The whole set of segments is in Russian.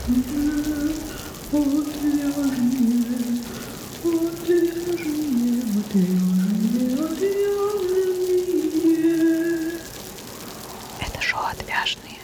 Это шоу «Отвяжные».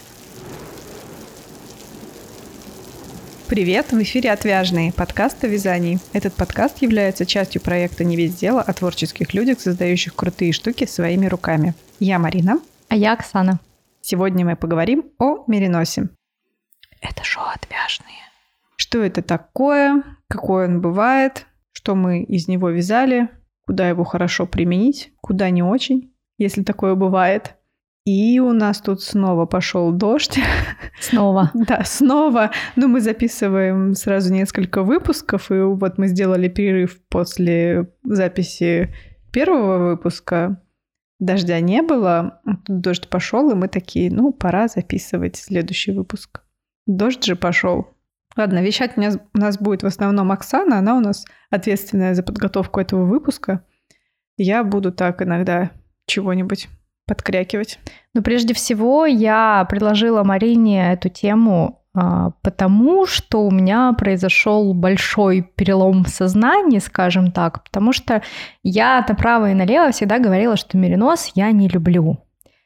Привет, в эфире «Отвяжные», подкаст о вязании. Этот подкаст является частью проекта «Не весь дело» о творческих людях, создающих крутые штуки своими руками. Я Марина. А я Оксана. Сегодня мы поговорим о мериносе. Это шоу «Отвяжные». Что это такое, какой он бывает, что мы из него вязали, куда его хорошо применить, куда не очень, если такое бывает. И у нас тут снова пошел дождь. Снова. Да, снова. Но мы записываем сразу несколько выпусков, и вот мы сделали перерыв после записи первого выпуска. Дождя не было, тут дождь пошел, и мы такие, пора записывать следующий выпуск. Дождь же пошел. Ладно, вещать у нас будет в основном Оксана, она у нас ответственная за подготовку этого выпуска. Я буду так иногда чего-нибудь подкрякивать. Но прежде всего я предложила Марине эту тему, потому что у меня произошел большой перелом в сознании, скажем так, потому что я направо и налево всегда говорила, что меринос я не люблю.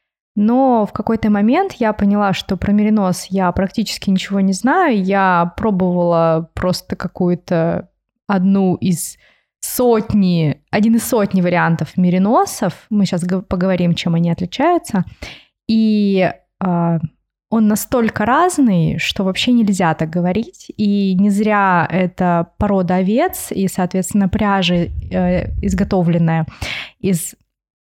Но в какой-то момент я поняла, что про меринос я практически ничего не знаю. Я пробовала просто какую-то один из сотни вариантов мериносов. Мы сейчас поговорим, чем они отличаются. И он настолько разный, что вообще нельзя так говорить. И не зря это порода овец и, соответственно, пряжа, изготовленная из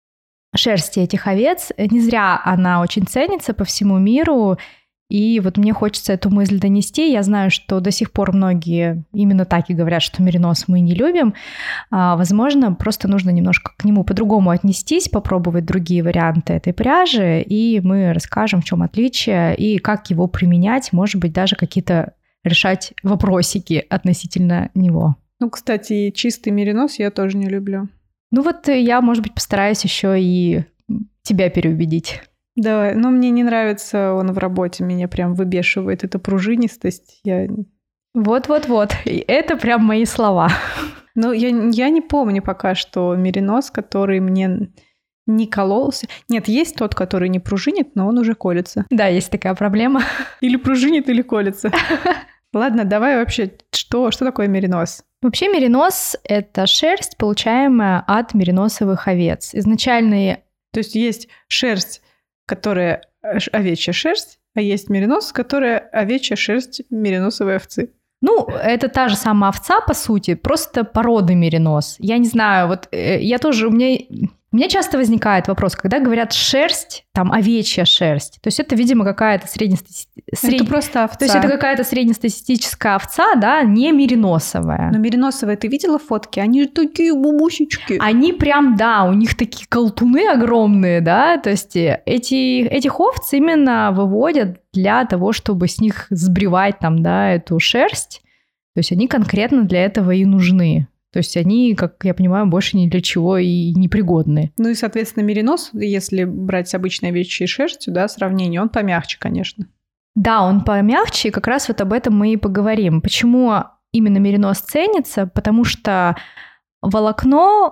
шерсти этих овец. Не зря она очень ценится по всему миру. И вот мне хочется эту мысль донести. Я знаю, что до сих пор многие именно так и говорят, что меринос мы не любим. Возможно, просто нужно немножко к нему по-другому отнестись, попробовать другие варианты этой пряжи, и мы расскажем, в чем отличие и как его применять, может быть, даже какие-то решать вопросики относительно него. Кстати, чистый меринос я тоже не люблю. Я, может быть, постараюсь еще и тебя переубедить. Давай, но мне не нравится он в работе, меня прям выбешивает эта пружинистость. Вот, и это прям мои слова. Я не помню пока что меринос, который мне не кололся. Нет, есть тот, который не пружинит, но он уже колется. Да, есть такая проблема. Или пружинит, или колется. Ладно, давай вообще, что такое меринос? Вообще меринос – это шерсть, получаемая от мериносовых овец. Изначально... То есть есть шерсть, которая овечья шерсть, а есть меринос, которая овечья шерсть мериносовой овцы. Это та же самая овца, по сути, просто породы меринос. Я не знаю, у меня часто возникает вопрос, когда говорят шерсть, там овечья шерсть, то есть это, видимо, какая-то Это просто овца. То есть это какая-то среднестатистическая овца, да, не мериносовая. Но мериносовые, ты видела фотки? Они же такие бабусечки. Они прям, да, у них такие колтуны огромные, да, то есть этих овц именно выводят для того, чтобы с них сбривать там, да, эту шерсть, то есть они конкретно для этого и нужны. То есть они, как я понимаю, больше ни для чего и не пригодны. И, соответственно, меринос, если брать с обычной овечьей шерстью, да, сравнение, он помягче, конечно. Да, он помягче, и как раз вот об этом мы и поговорим. Почему именно меринос ценится? Потому что волокно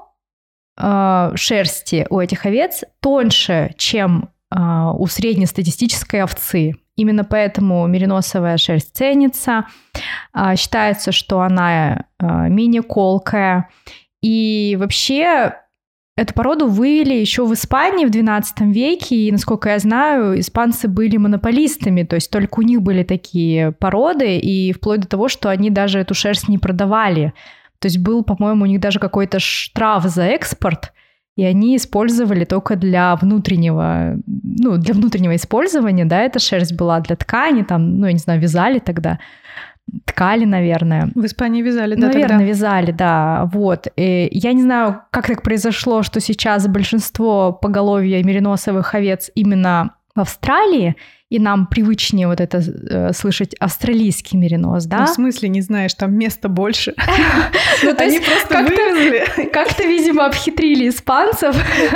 шерсти у этих овец тоньше, чем у среднестатистической овцы. Именно поэтому мериносовая шерсть ценится. Считается, что она менее колкая. И вообще эту породу вывели еще в Испании в XII веке. И, насколько я знаю, испанцы были монополистами. То есть только у них были такие породы. И вплоть до того, что они даже эту шерсть не продавали. То есть был, по-моему, у них даже какой-то штраф за экспорт. И они использовали только для внутреннего использования, да, эта шерсть была для ткани, там, я не знаю, вязали тогда, ткали, наверное. В Испании вязали, да, наверное, тогда? Вязали, да, вот. И я не знаю, как так произошло, что сейчас большинство поголовья мериносовых овец именно в Австралии, и нам привычнее вот это слышать австралийский меринос, да? Ну, в смысле, не знаешь, там места больше. Они просто вывезли. Как-то, видимо, обхитрили испанцев.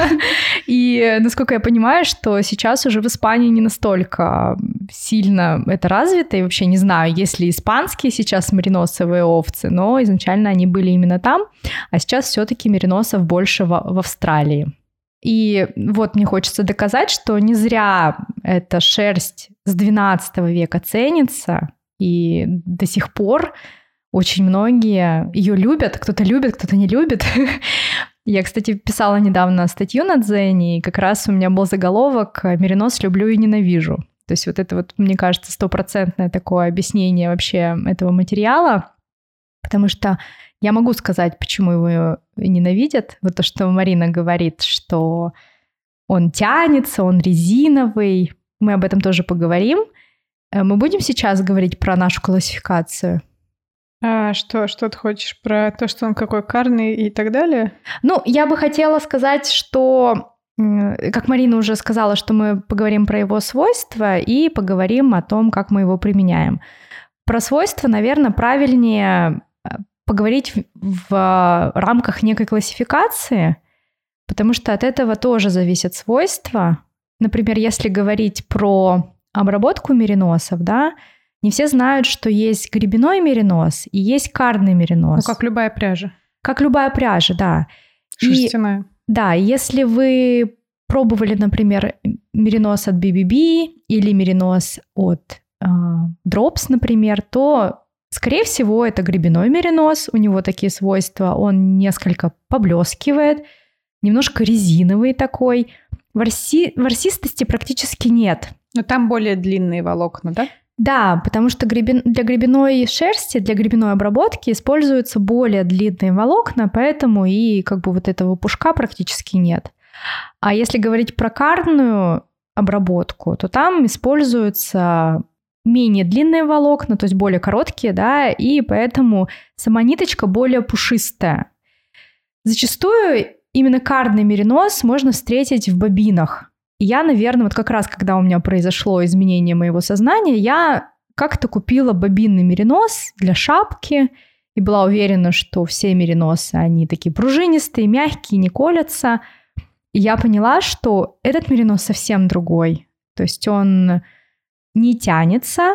И, насколько я понимаю, что сейчас уже в Испании не настолько сильно это развито. И вообще не знаю, есть ли испанские сейчас мериносовые овцы, но изначально они были именно там, а сейчас все-таки мериносов больше в Австралии. И вот мне хочется доказать, что не зря эта шерсть с XII века ценится, и до сих пор очень многие ее любят, кто-то не любит. Я, кстати, писала недавно статью на Дзене, и как раз у меня был заголовок «Меринос люблю и ненавижу». То есть вот это вот, мне кажется, 100% такое объяснение вообще этого материала, потому что я могу сказать, почему его ненавидят. Вот то, что Марина говорит, что он тянется, он резиновый. Мы об этом тоже поговорим. Мы будем сейчас говорить про нашу классификацию? А что ты хочешь? Про то, что он какой карный и так далее? Ну, я бы хотела сказать, что, как Марина уже сказала, что мы поговорим про его свойства и поговорим о том, как мы его применяем. Про свойства, наверное, правильнее поговорить в рамках некой классификации, потому что от этого тоже зависят свойства. Например, если говорить про обработку мериносов, да, не все знают, что есть гребеной меринос и есть карный меринос. Ну, как любая пряжа. Как любая пряжа, да. Шерстяная. Да, если вы пробовали, например, меринос от BBB или меринос от Drops, например, то скорее всего, это гребеной меринос, у него такие свойства, он несколько поблескивает, немножко резиновый такой, ворсистости практически нет. Но там более длинные волокна, да? Да, потому что для гребеной шерсти, для гребеной обработки используются более длинные волокна, поэтому и как бы вот этого пушка практически нет. А если говорить про карную обработку, то там используются менее длинные волокна, то есть более короткие, да, и поэтому сама ниточка более пушистая. Зачастую именно карный меринос можно встретить в бобинах. И я, наверное, вот как раз, когда у меня произошло изменение моего сознания, я как-то купила бобинный меринос для шапки и была уверена, что все мериносы, они такие пружинистые, мягкие, не колятся. И я поняла, что этот меринос совсем другой. То есть он не тянется,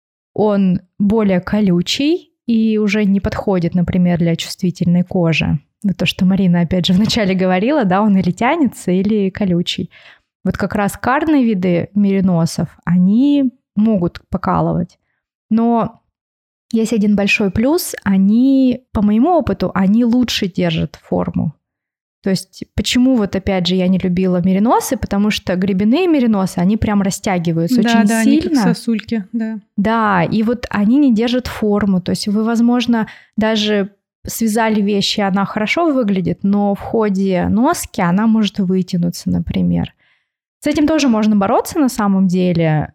он более колючий и уже не подходит, например, для чувствительной кожи. Вот то, что Марина, опять же, вначале говорила, да, он или тянется, или колючий. Вот как раз карные виды мериносов, они могут покалывать. Но есть один большой плюс, они, по моему опыту, они лучше держат форму. То есть почему вот опять же я не любила мериносы, потому что гребеные мериносы, они прям растягиваются очень сильно. Они как сосульки, да. Да, и вот они не держат форму. То есть вы, возможно, даже связали вещи, она хорошо выглядит, но в ходе носки она может вытянуться, например. С этим тоже можно бороться на самом деле.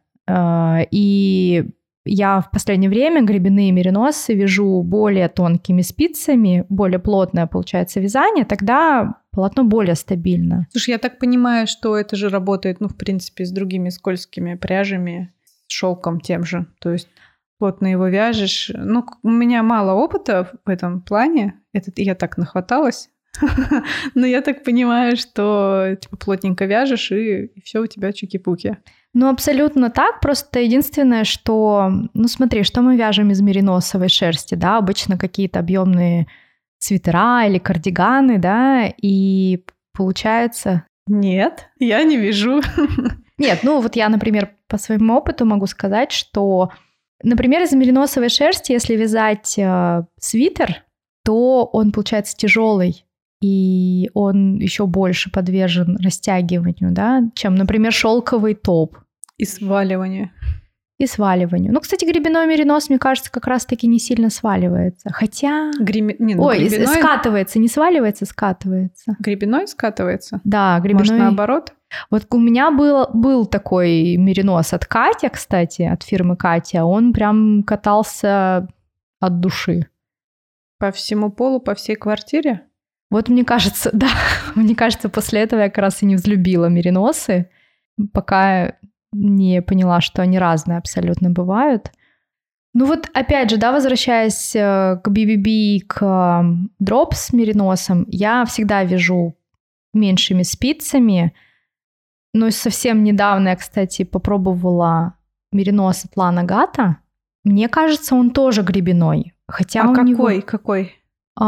И я в последнее время гребеные мериносы вяжу более тонкими спицами, более плотное получается вязание, тогда полотно более стабильно. Слушай, я так понимаю, что это же работает, в принципе, с другими скользкими пряжами, с шелком тем же. То есть плотно его вяжешь. У меня мало опыта в этом плане. Я так нахваталась. Но я так понимаю, что плотненько вяжешь, и все у тебя чики-пуки. Абсолютно так. Просто единственное, что... смотри, что мы вяжем из мериносовой шерсти, да? Обычно какие-то объемные свитера или кардиганы, да? И получается... Нет, я не вяжу. Нет, я, например, по своему опыту могу сказать, что, например, из мериносовой шерсти, если вязать свитер, то он получается тяжелый. И он еще больше подвержен растягиванию, да, чем, например, шелковый топ. И сваливанию. Кстати, гребеной меринос, мне кажется, как раз-таки не сильно сваливается. Хотя... гребеной... скатывается, не сваливается, скатывается. Гребеной скатывается? Да, гребеной... Может, наоборот? Вот у меня был такой меринос от Катя, кстати, от фирмы Катя. Он прям катался от души. По всему полу, по всей квартире? Вот мне кажется, да, после этого я как раз и не взлюбила мериносы, пока не поняла, что они разные абсолютно бывают. Ну вот опять же, да, возвращаясь к BBB, к Drops с мериносом, я всегда вяжу меньшими спицами. Но совсем недавно я, кстати, попробовала меринос от Lana Gata. Мне кажется, он тоже гребеной. Хотя какой?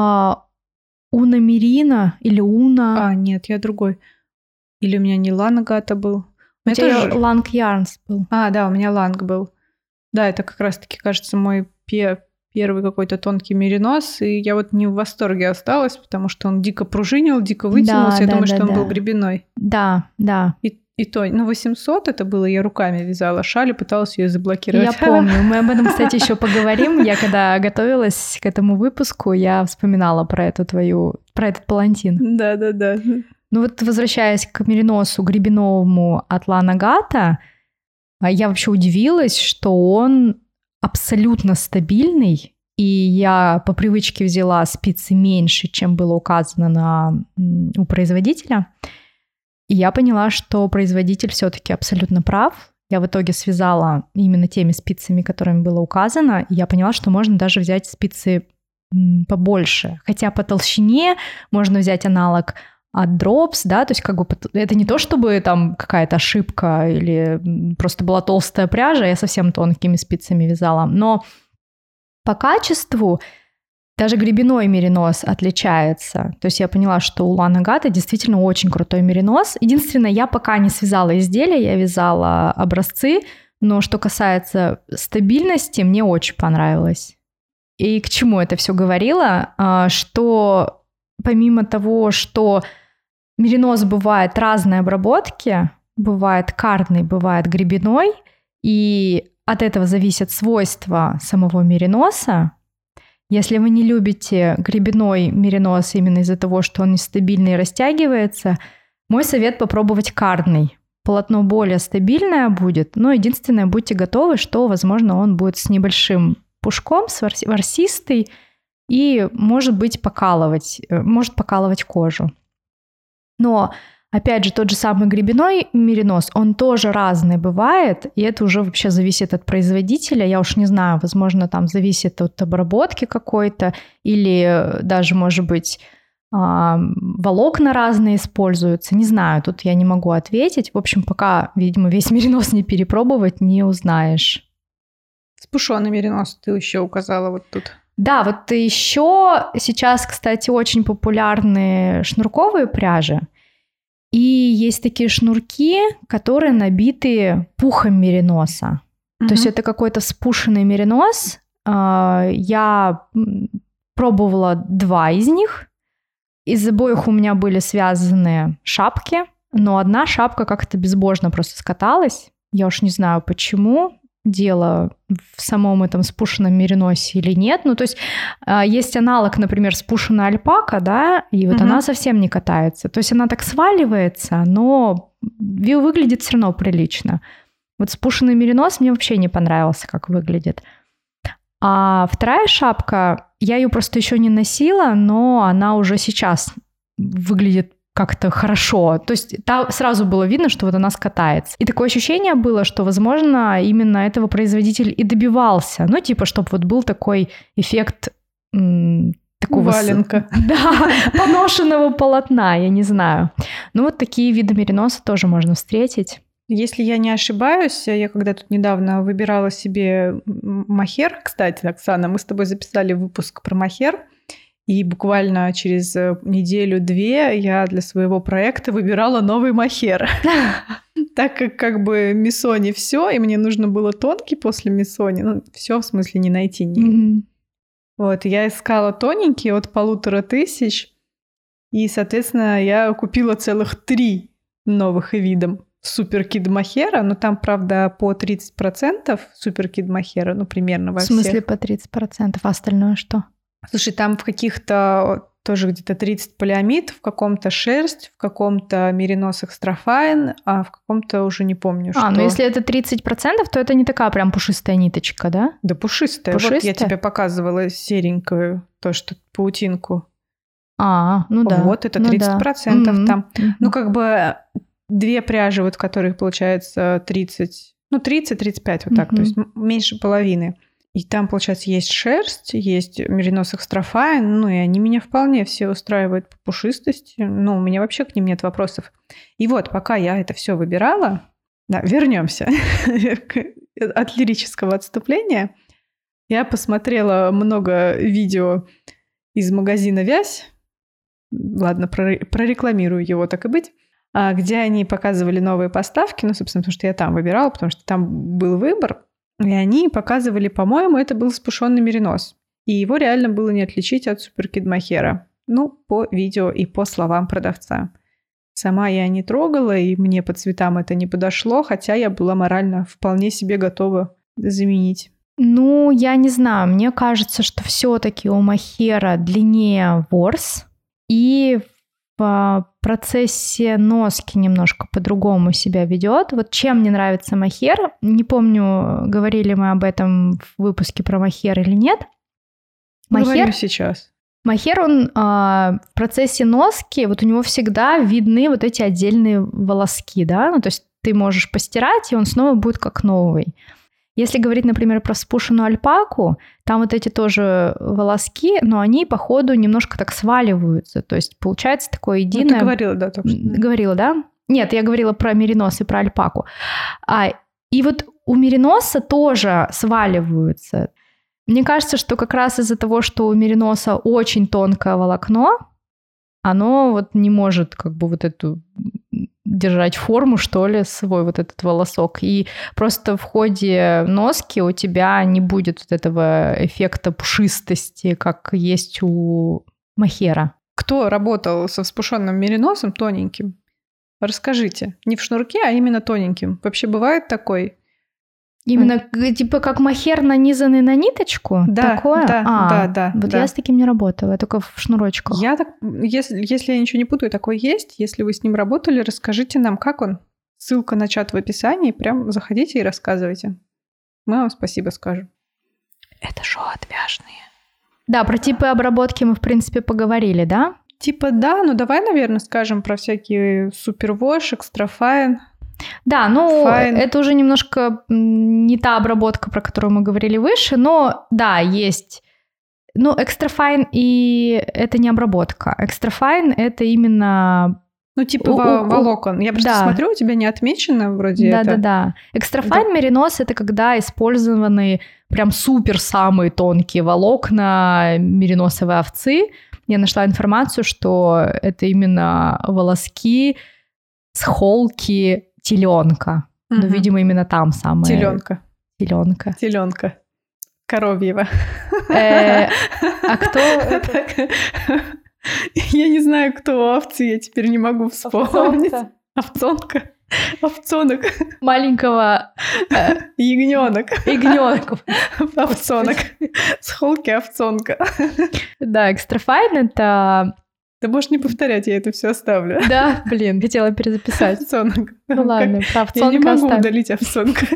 Уна Мерина или Уна. Нет, я другой. Или у меня не Lana Gata был. У тебя Lang Yarns был. Да, у меня Lang был. Да, это как раз-таки, кажется, мой первый какой-то тонкий меринос, и я вот не в восторге осталась, потому что он дико пружинил, дико вытянулся. Я думаю, что он был гребеной. Да. И то, 800 это было, я руками вязала шаль и пыталась ее заблокировать. Я помню. Мы об этом, кстати, еще поговорим. Я когда готовилась к этому выпуску, я вспоминала про этот палантин. Да. Ну вот, возвращаясь к мериносу гребеновому от Lana Gata, я вообще удивилась, что он абсолютно стабильный, и я по привычке взяла спицы меньше, чем было указано у производителя. И я поняла, что производитель все-таки абсолютно прав. Я в итоге связала именно теми спицами, которыми было указано, и я поняла, что можно даже взять спицы побольше. Хотя по толщине можно взять аналог от Drops, да, то есть как бы это не то, чтобы там какая-то ошибка или просто была толстая пряжа, я совсем тонкими спицами вязала, но по качеству даже гребеной меринос отличается. То есть я поняла, что у Lana Gata действительно очень крутой меринос. Единственное, я пока не связала изделия, я вязала образцы, но что касается стабильности, мне очень понравилось. И к чему это все говорило? Что помимо того, что меринос бывает разной обработки, бывает кардный, бывает гребеной, и от этого зависят свойства самого мериноса. Если вы не любите гребеной меринос именно из-за того, что он нестабильный и растягивается, мой совет попробовать кардный. Полотно более стабильное будет, но единственное, будьте готовы, что, возможно, он будет с небольшим пушком, ворсистый, и может покалывать кожу. Но, опять же, тот же самый гребеной меринос, он тоже разный бывает, и это уже вообще зависит от производителя. Я уж не знаю, возможно, там зависит от обработки какой-то, или даже, может быть, волокна разные используются. Не знаю, тут я не могу ответить. В общем, пока, видимо, весь меринос не перепробовать, не узнаешь. Спушёный меринос ты еще указала вот тут. Да, вот еще сейчас, кстати, очень популярны шнурковые пряжи. И есть такие шнурки, которые набиты пухом мериноса. То есть это какой-то вспушенный меринос. Я пробовала 2 из них. Из обоих у меня были связаны шапки, но одна шапка как-то безбожно просто скаталась. Я уж не знаю, почему. Дело в самом этом спушенном мериносе или нет. Ну, то есть есть аналог, например, спушенная альпака, да, и вот она совсем не катается. То есть она так сваливается, но выглядит все равно прилично. Вот спушенный меринос мне вообще не понравился, как выглядит. А вторая шапка, я ее просто еще не носила, но она уже сейчас выглядит как-то хорошо. То есть сразу было видно, что вот она скатается. И такое ощущение было, что, возможно, именно этого производитель и добивался. Ну, типа, чтобы вот был такой эффект такого... Валенка. Да, поношенного полотна, я не знаю. Ну, вот такие виды мериноса тоже можно встретить. Если я не ошибаюсь, я когда тут недавно выбирала себе мохер, кстати, Оксана, мы с тобой записали выпуск про мохер, и буквально через неделю-две я для своего проекта выбирала новый мохер. Так как бы миссони все, и мне нужно было тонкий после миссони. Ну, все в смысле не найти. Вот, я искала тоненький от 1500, и, соответственно, я купила целых 3 новых вида суперкид мохера, но там, правда, по 30% суперкид мохера, ну, примерно во всех. В смысле по 30%? А остальное что? Слушай, там в каких-то тоже где-то 30 полиамид, в каком-то шерсть, в каком-то меринос экстрафайн, а в каком-то уже не помню, что. Ну если это 30%, то это не такая прям пушистая ниточка, да? Да пушистая. Вот я тебе показывала серенькую, то, что паутинку. Ну да. Вот это 30% там. Ну как бы 2 пряжи, вот в которых получается 30-35 вот так, то есть меньше половины. И там, получается, есть шерсть, есть Merinos Extra Fine, и они меня вполне все устраивают по пушистости. У меня вообще к ним нет вопросов. И вот, пока я это все выбирала, вернемся от лирического отступления, я посмотрела много видео из магазина «Вязь». Ладно, прорекламирую его, так и быть. Где они показывали новые поставки, собственно, потому что я там выбирала, потому что там был выбор. И они показывали, по-моему, это был спушенный меринос. И его реально было не отличить от Суперкид Мохера. По видео и по словам продавца. Сама я не трогала, и мне по цветам это не подошло, хотя я была морально вполне себе готова заменить. Я не знаю. Мне кажется, что все-таки у Мохера длиннее ворс, и в процессе носки немножко по-другому себя ведет. Вот чем мне нравится Мохер, не помню, говорили мы об этом в выпуске про Мохер или нет. Говорим сейчас. Мохер, он в процессе носки, вот у него всегда видны вот эти отдельные волоски, да, то есть ты можешь постирать, и он снова будет как новый. Если говорить, например, про спушенную альпаку, там вот эти тоже волоски, но они по ходу немножко так сваливаются. То есть получается такое единое... Ты говорила, да, только что. Говорила, да? Нет, я говорила про меринос и про альпаку. И вот у мериноса тоже сваливаются. Мне кажется, что как раз из-за того, что у мериноса очень тонкое волокно, оно вот не может как бы вот эту... держать форму, что ли, свой вот этот волосок. И просто в ходе носки у тебя не будет вот этого эффекта пушистости, как есть у Мохера. Кто работал со вспушенным мериносом тоненьким? Расскажите. Не в шнурке, а именно тоненьким. Вообще бывает такой? Именно типа как Мохер, нанизанный на ниточку? Да, такое? да. Вот я с таким не работала, я только в шнурочках. Если я ничего не путаю, такой есть. Если вы с ним работали, расскажите нам, как он. Ссылка на чат в описании. Прям заходите и рассказывайте. Мы вам спасибо скажем. Это шоу отвяжные. Да, про типы обработки мы, в принципе, поговорили, да? Типа да, давай, наверное, скажем про всякие супервош, экстрафайн. Да, это уже немножко не та обработка, про которую мы говорили выше, но да, есть. Экстрафайн и это не обработка. Экстрафайн это именно... волокон. Я просто смотрю, у тебя не отмечено вроде это. Да. Экстрафайн меринос это когда использованы прям супер самые тонкие волокна мериносовой овцы. Я нашла информацию, что это именно волоски с холки теленка. Видимо, именно там самое... Теленка. Коровьева. А кто... Я не знаю, кто овцы, я теперь не могу вспомнить. Овцонок. Маленького... Ягнёнок. Овцонок. С холки овцонка. Да, экстрафайн это... Ты можешь не повторять, я это все оставлю. Да, хотела перезаписать. Овцонок. Ладно, про овцонка я не могу оставь. удалить овцонка.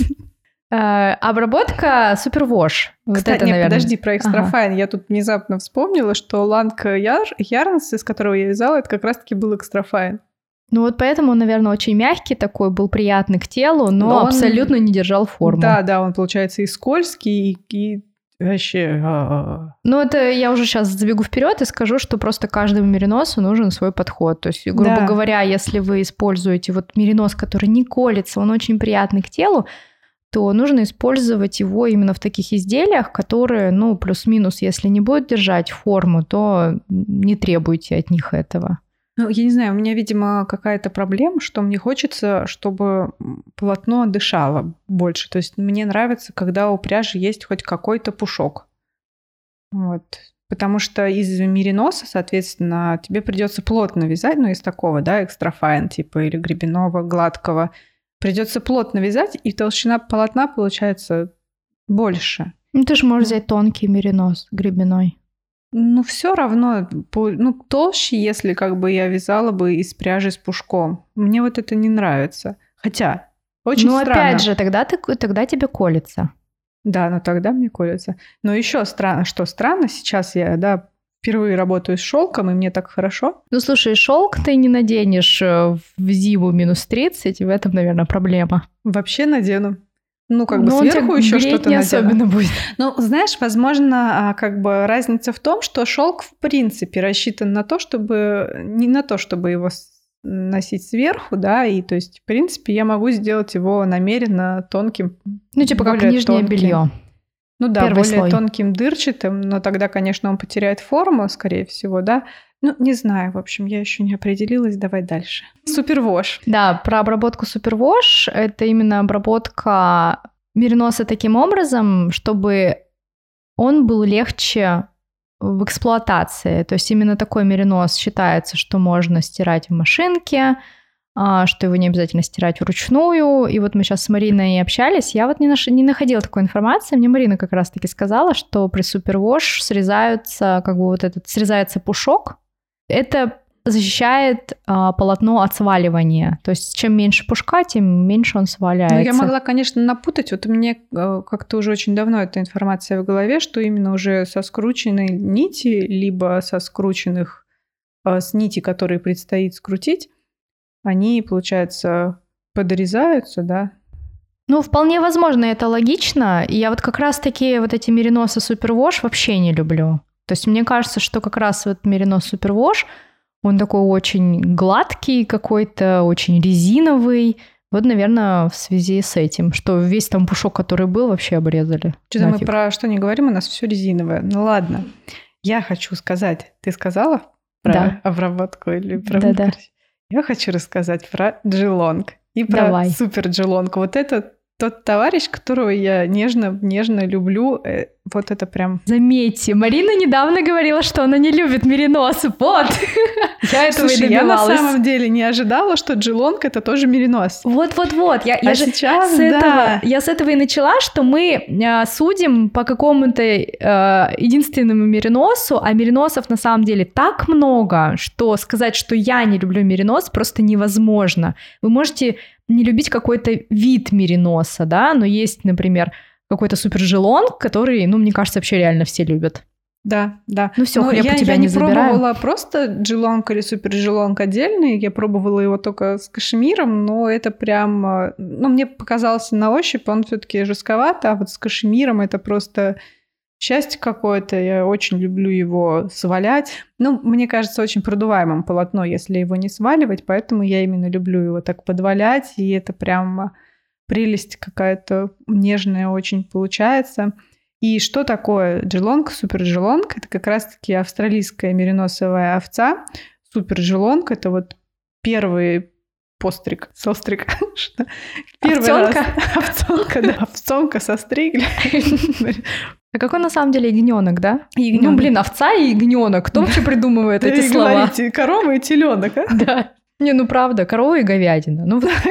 Обработка супервош. Кстати, подожди, про экстрафайн. Я тут внезапно вспомнила, что Ланка Ярнс, из которого я вязала, это как раз-таки был экстрафайн. Поэтому он, наверное, очень мягкий такой, был приятный к телу, но он абсолютно не держал форму. Да, он, получается, и скользкий, и вообще... это я уже сейчас забегу вперед и скажу, что просто каждому мериносу нужен свой подход. То есть, грубо говоря, если вы используете меринос, который не колется, он очень приятный к телу, то нужно использовать его именно в таких изделиях, которые, плюс-минус, если не будут держать форму, то не требуйте от них этого. Я не знаю, у меня, видимо, какая-то проблема, что мне хочется, чтобы полотно дышало больше. То есть мне нравится, когда у пряжи есть хоть какой-то пушок. Потому что из мериноса, соответственно, тебе придется плотно вязать, из такого, экстрафайн типа или гребенного, гладкого. Придется плотно вязать, и толщина полотна получается больше. Ты же можешь взять тонкий меринос гребеной. Все равно, толще, если я вязала бы из пряжи с пушком. Мне это не нравится. Хотя, очень странно. Опять же, тогда тебе колется. Да, тогда мне колется. Но еще странно, сейчас я, впервые работаю с шелком, и мне так хорошо. Ну, слушай, шелк ты не наденешь в зиму минус 30, и в этом, наверное, проблема. Вообще надену. Ну, как бы Но сверху еще что-то не надену. особенно будет. Ну, знаешь, возможно, как бы разница в том, что шелк в принципе рассчитан на то, чтобы не на то, чтобы его носить сверху, да, и то есть, в принципе, я могу сделать его намеренно тонким. Ну, типа как нижнее белье. Ну да, Первый более слой. тонким, дырчатым, но тогда, конечно, он потеряет форму, скорее всего, да. Ну, не знаю, в общем, я еще не определилась, давай дальше. Супервош. Да, про обработку супервош. Это именно обработка мериноса таким образом, чтобы он был легче в эксплуатации. То есть именно такой меринос считается, что можно стирать в машинке, что его не обязательно стирать вручную. И вот мы сейчас с Мариной общались, я вот не находила такой информации. Мне Марина как раз-таки сказала, что при супервош срезается пушок. Это защищает полотно от сваливания. То есть чем меньше пушка, тем меньше он сваляется. Ну, я могла, конечно, напутать. Вот у меня как-то уже очень давно эта информация в голове, что именно уже со скрученной нити, либо со скрученных с нити, которые предстоит скрутить, они, получается, подрезаются, да? Ну, вполне возможно, это логично. И я вот как раз-таки вот эти мериносы супервош вообще не люблю. То есть мне кажется, что как раз вот меринос супервош, он такой очень гладкий какой-то, очень резиновый. Вот, наверное, в связи с этим, что весь там пушок, который был, вообще обрезали. Что-то мы про что не говорим, у нас все резиновое. Ну ладно, я хочу сказать. Ты сказала про обработку или про Да. Я хочу рассказать про Джелонг и про супер Джелонг. Вот это тот товарищ, которого я нежно люблю. Вот это прям... Заметьте, Марина недавно говорила, что она не любит мериносы. Вот! Я этого и добивалась. Я на самом деле не ожидала, что Джелонг — это тоже меринос. Вот. Я с этого и начала, что мы судим по какому-то единственному мериносу, а мериносов на самом деле так много, что сказать, что я не люблю меринос, просто невозможно. Вы можете не любить какой-то вид мериноса, да, но есть, например, какой-то супержелонг, который, мне кажется, вообще реально все любят. Да. Ну все, хлеб у тебя не забираю. Я не пробовала просто джелонг или супержелонг отдельный, я пробовала его только с кашемиром, но это прям... мне показался на ощупь, он все-таки жестковат, а вот с кашемиром это просто счастье какое-то. Я очень люблю его свалять. Мне кажется, очень продуваемым полотно, если его не сваливать, поэтому я именно люблю его так подвалять, и это прям прелесть какая-то нежная очень получается. И что такое джелонг, супер-джелонг? Это как раз-таки австралийская мериносовая овца. Супер-джелонг — это вот первый состриг. Первый раз. Овцонка, да, овцонка состригли. А какой на самом деле ягненок, да? Ягнёнок. Овца и ягненок. Кто вообще придумывает эти слова? Говорите, корова и теленок, а? Да. Правда, корова и говядина.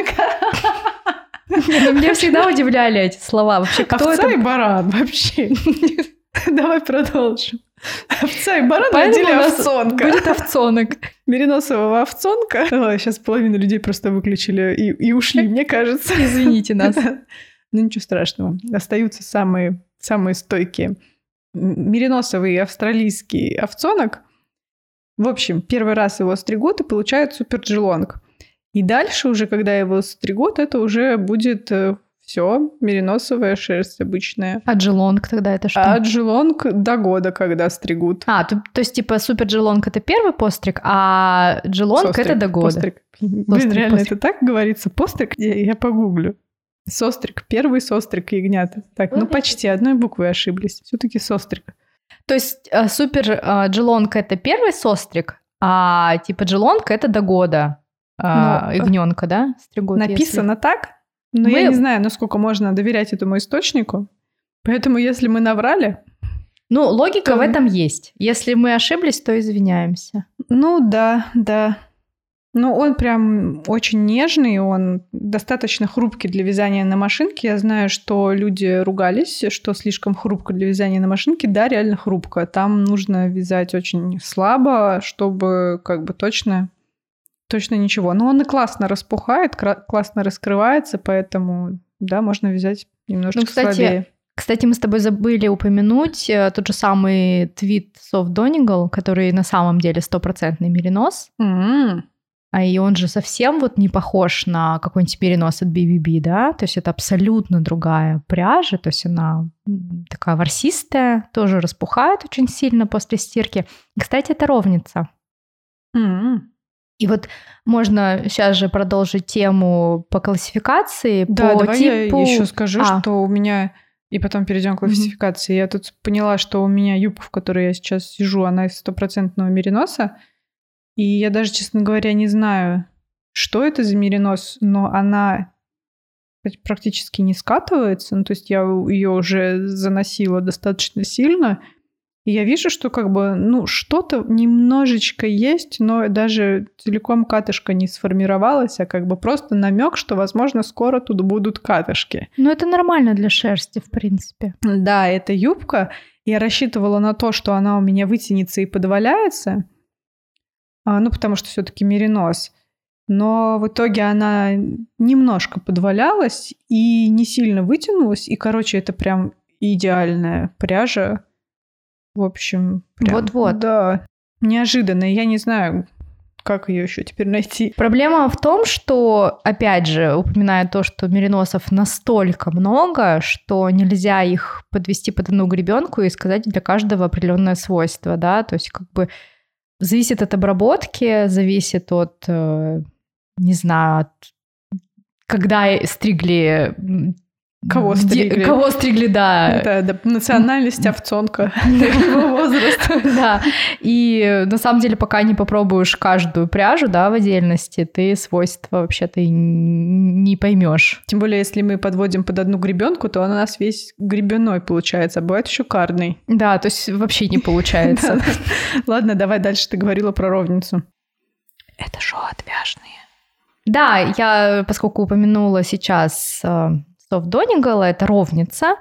Меня всегда удивляли эти слова. Вообще, кто овца это? И баран вообще. Давай продолжим. Овца и баран родили овцонка. Будет овцонок. Мериносового овцонка. Сейчас половина людей просто выключили и ушли, мне кажется. Извините нас. Ничего страшного. Остаются самые стойкие. Мериносовый австралийский овцонок. В общем, первый раз его стригут и получают супер-джелонг. И дальше уже, когда его стригут, это уже будет все мериносовая шерсть обычная. А джелонг тогда это что? А джелонг до года, когда стригут. То есть, типа, супер джелонг — это первый постриг, а джелонг — это до года. Постриг. Блин, реально это так говорится? Постриг? Я погуглю. Состриг. Первый состриг ягнята. Так, почти одной буквой ошиблись. Все-таки состриг. То есть супер джелонг — это первый состриг, а типа джелонг — это до года. Ягненка, да, стригут. Написано так, но я не знаю, насколько можно доверять этому источнику. Поэтому, если мы наврали... логика в этом есть. Если мы ошиблись, то извиняемся. Да. Он прям очень нежный, он достаточно хрупкий для вязания на машинке. Я знаю, что люди ругались, что слишком хрупко для вязания на машинке. Да, реально хрупко. Там нужно вязать очень слабо, чтобы точно ничего. Но он и классно распухает, классно раскрывается, поэтому, да, можно вязать немножечко слабее. Кстати, мы с тобой забыли упомянуть тот же самый твит Soft Donegal, который на самом деле 100% меринос. И он же совсем вот не похож на какой-нибудь меринос от BBB, да? То есть это абсолютно другая пряжа, то есть она такая ворсистая, тоже распухает очень сильно после стирки. Кстати, это ровница. И вот можно сейчас же продолжить тему по классификации. Да, по давай типу... я еще скажу, что у меня... И потом перейдем к классификации. Я тут поняла, что у меня юбка, в которой я сейчас сижу, она из 100% мериноса. И я даже, честно говоря, не знаю, что это за меринос, но она практически не скатывается. Ну, то есть я ее уже заносила достаточно сильно. И я вижу, что как бы, что-то немножечко есть, но даже целиком катышка не сформировалась, а как бы просто намек, что, возможно, скоро тут будут катышки. Ну, это нормально для шерсти, в принципе. Да, это юбка. Я рассчитывала на то, что она у меня вытянется и подваляется, потому что все-таки меринос. Но в итоге она немножко подвалялась и не сильно вытянулась. И, короче, это прям идеальная пряжа. В общем, прям, вот-вот. Да, неожиданно. Я не знаю, как ее еще теперь найти. Проблема в том, что, опять же, упоминаю то, что мериносов настолько много, что нельзя их подвести под одну гребенку и сказать для каждого определенное свойство, да, то есть как бы зависит от обработки, зависит от, не знаю, когда стригли... Кого стригли? Кого стригли, да. Да, национальность, овцонка, его возраст. Да, и на самом деле, пока не попробуешь каждую пряжу, да, в отдельности, ты свойства вообще-то не поймешь. Тем более, если мы подводим под одну гребенку, то он у нас весь гребеной получается, а бывает еще карный. Да, то есть вообще не получается. Ладно, давай дальше. Ты говорила про ровницу. Это шо, отвяжные? Да, я, поскольку упомянула сейчас... Soft Donegal — это ровница,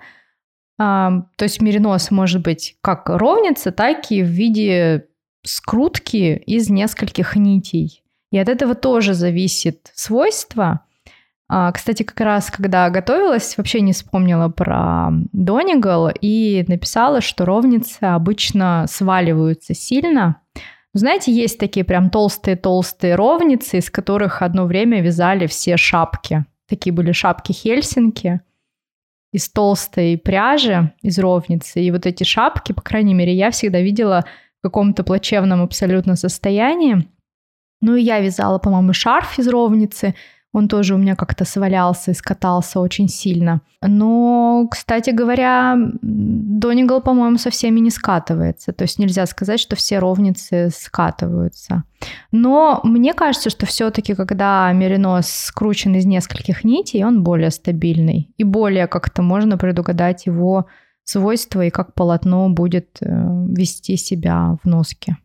то есть меринос может быть как ровница, так и в виде скрутки из нескольких нитей. И от этого тоже зависит свойство. Кстати, как раз когда готовилась, вообще не вспомнила про Donegal и написала, что ровницы обычно сваливаются сильно. Знаете, есть такие прям толстые-толстые ровницы, из которых одно время вязали все шапки. Такие были шапки Хельсинки из толстой пряжи, из ровницы. И вот эти шапки, по крайней мере, я всегда видела в каком-то плачевном абсолютно состоянии. Ну и я вязала, по-моему, шарф из ровницы. Он тоже у меня как-то свалялся и скатался очень сильно. Но, кстати говоря, Donegal, по-моему, со всеми не скатывается. То есть нельзя сказать, что все ровницы скатываются. Но мне кажется, что все-таки, когда меринос скручен из нескольких нитей, он более стабильный. И более как-то можно предугадать его свойства и как полотно будет вести себя в носке.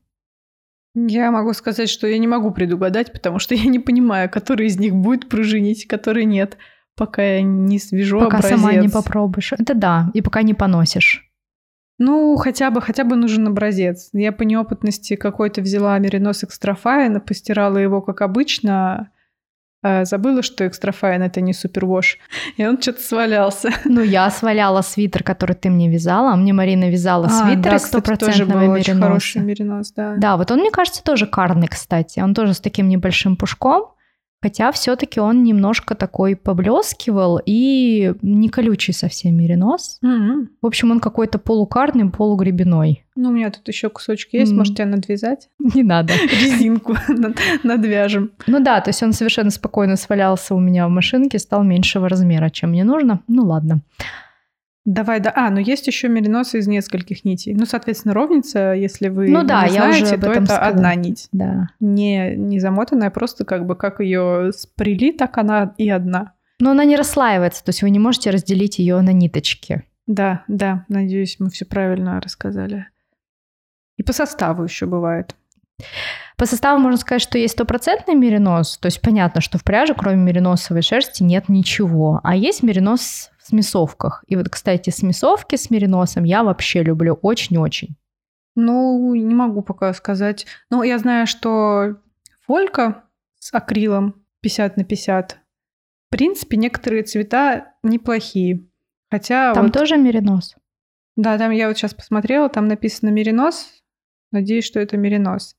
Я могу сказать, что я не могу предугадать, потому что я не понимаю, который из них будет пружинить, который нет, пока я не свяжу пока образец. Пока сама не попробуешь. Это да, и пока не поносишь. Ну, хотя бы нужен образец. Я по неопытности какой-то взяла меринос экстрафайн, постирала его как обычно, забыла, что экстрафайн — это не супервош, и он что-то свалялся. Ну, я сваляла свитер, который ты мне вязала, а мне Марина вязала свитер из 100% мериноса. Очень хороший меринос, да. Да, вот он, мне кажется, тоже карный, кстати. Он тоже с таким небольшим пушком, хотя все-таки он немножко такой поблескивал и не колючий совсем меринос. В общем, он какой-то полукарный, полугребеной. Ну, у меня тут еще кусочки есть, может, тебя надвязать? Не надо. Резинку надвяжем. Ну да, то есть он совершенно спокойно свалялся у меня в машинке, стал меньшего размера, чем мне нужно. Ну ладно. Давай, да. Но есть еще мериносы из нескольких нитей. Ну, соответственно, ровница, если вы не знаете, я уже об этом то это сказала. одна нить. Да. Не замотанная, просто как ее спрели, так она и одна. Но она не расслаивается, то есть вы не можете разделить ее на ниточки. Да, надеюсь, мы все правильно рассказали. И по составу еще бывает. По составу можно сказать, что есть 100% меринос, то есть понятно, что в пряже, кроме мериносовой шерсти, нет ничего. А есть меринос в смесовках. И вот, кстати, смесовки с мериносом я вообще люблю очень-очень. Ну, не могу пока сказать. Но я знаю, что фолька с акрилом 50/50. В принципе, некоторые цвета неплохие. Хотя там тоже меринос? Да, там я вот сейчас посмотрела, там написано меринос. Надеюсь, что это меринос.